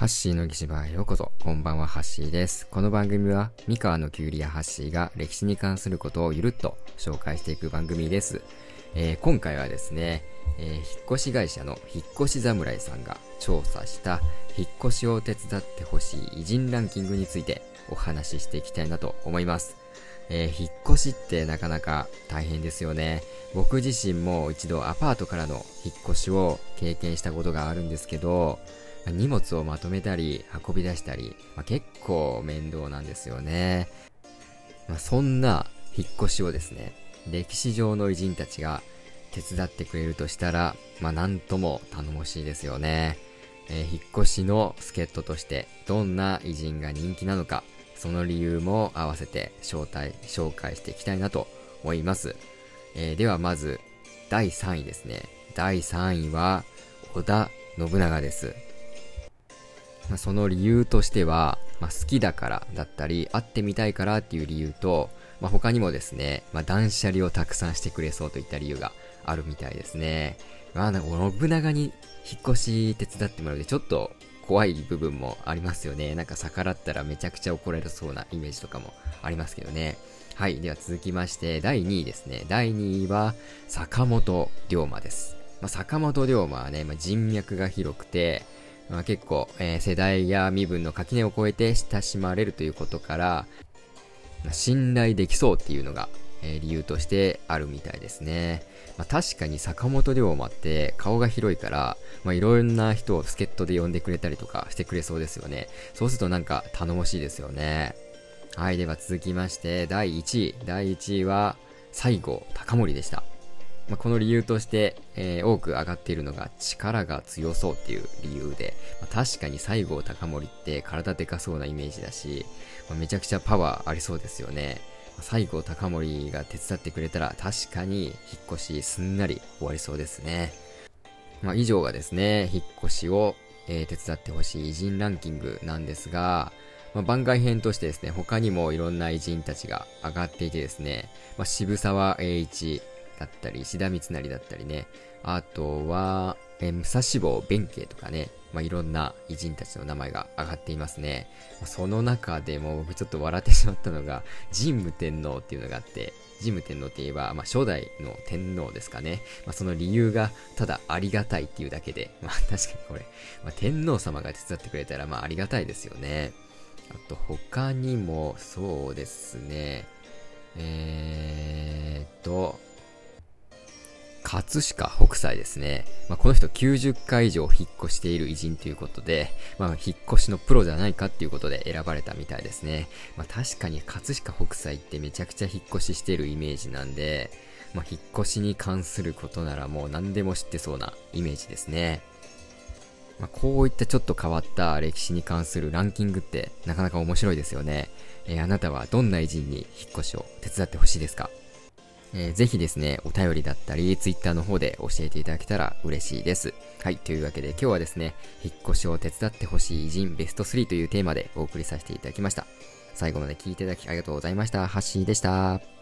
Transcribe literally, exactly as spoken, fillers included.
ハッシーの岸場へようこそ。こんばんは、ハッシーです。この番組は三河のキュウリやハッシーが歴史に関することをゆるっと紹介していく番組です。えー、今回はですね、えー、引っ越し会社の引っ越し侍さんが調査した引っ越しを手伝ってほしい偉人ランキングについてお話ししていきたいなと思います。えー、引っ越しってなかなか大変ですよね。僕自身も一度アパートからの引っ越しを経験したことがあるんですけど、荷物をまとめたり運び出したり、まあ、結構面倒なんですよね。まあ、そんな引っ越しをですね、歴史上の偉人たちが手伝ってくれるとしたら、まあなんとも頼もしいですよね。えー、引っ越しの助っ人としてどんな偉人が人気なのか、その理由も合わせて招待紹介していきたいなと思います。えー、ではまずだいさんいですね。だいさんいは織田信長です。まあ、その理由としては、まあ、好きだからだったり会ってみたいからっていう理由と、まあ、他にもですね、まあ、断捨離をたくさんしてくれそうといった理由があるみたいですね。まあ、なんか信長に引っ越し手伝ってもらうでちょっと怖い部分もありますよね。なんか逆らったらめちゃくちゃ怒られそうなイメージとかもありますけどね。はい。では続きましてだいにいですね。だいにいは坂本龍馬です。まあ、坂本龍馬はね、まあ、人脈が広くて、まあ、結構、えー、世代や身分の垣根を越えて親しまれるということから、まあ、信頼できそうっていうのが、えー、理由としてあるみたいですね。まあ、確かに坂本龍馬って顔が広いから、まあ、いろんな人を助っ人で呼んでくれたりとかしてくれそうですよね。そうするとなんか頼もしいですよね。はい。では続きましてだいいちい。だいいちいは西郷隆盛でした。まあ、この理由として、えー、多く上がっているのが力が強そうっていう理由で、まあ、確かに西郷隆盛って体でかそうなイメージだし、まあ、めちゃくちゃパワーありそうですよね。まあ、西郷隆盛が手伝ってくれたら確かに引っ越しすんなり終わりそうですね。まあ、以上がですね、引っ越しを、えー、手伝ってほしい偉人ランキングなんですが、まあ、番外編としてですね、他にもいろんな偉人たちが上がっていてですね、まあ、渋沢栄一だったり、石田三成だったりね。あとは、えー、武蔵坊弁慶とかね。まあ、いろんな偉人たちの名前が上がっていますね。まあ、その中でも僕ちょっと笑ってしまったのが、神武天皇っていうのがあって、神武天皇って言えば、まあ、初代の天皇ですかね。まあ、その理由が、ただありがたいっていうだけで、まあ、確かにこれ、まあ、天皇様が手伝ってくれたら、まあ、ありがたいですよね。あと、他にも、そうですね。えーっと、葛飾北斎ですね。まあ、この人きゅうじゅっかい以上引っ越している偉人ということで、まあ、引っ越しのプロじゃないかっていうことで選ばれたみたいですね。まあ、確かに葛飾北斎ってめちゃくちゃ引っ越ししているイメージなんで、まあ、引っ越しに関することならもう何でも知ってそうなイメージですね。まあ、こういったちょっと変わった歴史に関するランキングってなかなか面白いですよね。えー、あなたはどんな偉人に引っ越しを手伝ってほしいですか？えー、ぜひですね、お便りだったり、ツイッターの方で教えていただけたら嬉しいです。はい、というわけで今日はですね、引っ越しを手伝ってほしい偉人ベストスリーというテーマでお送りさせていただきました。最後まで聞いていただきありがとうございました。ハッシーでした。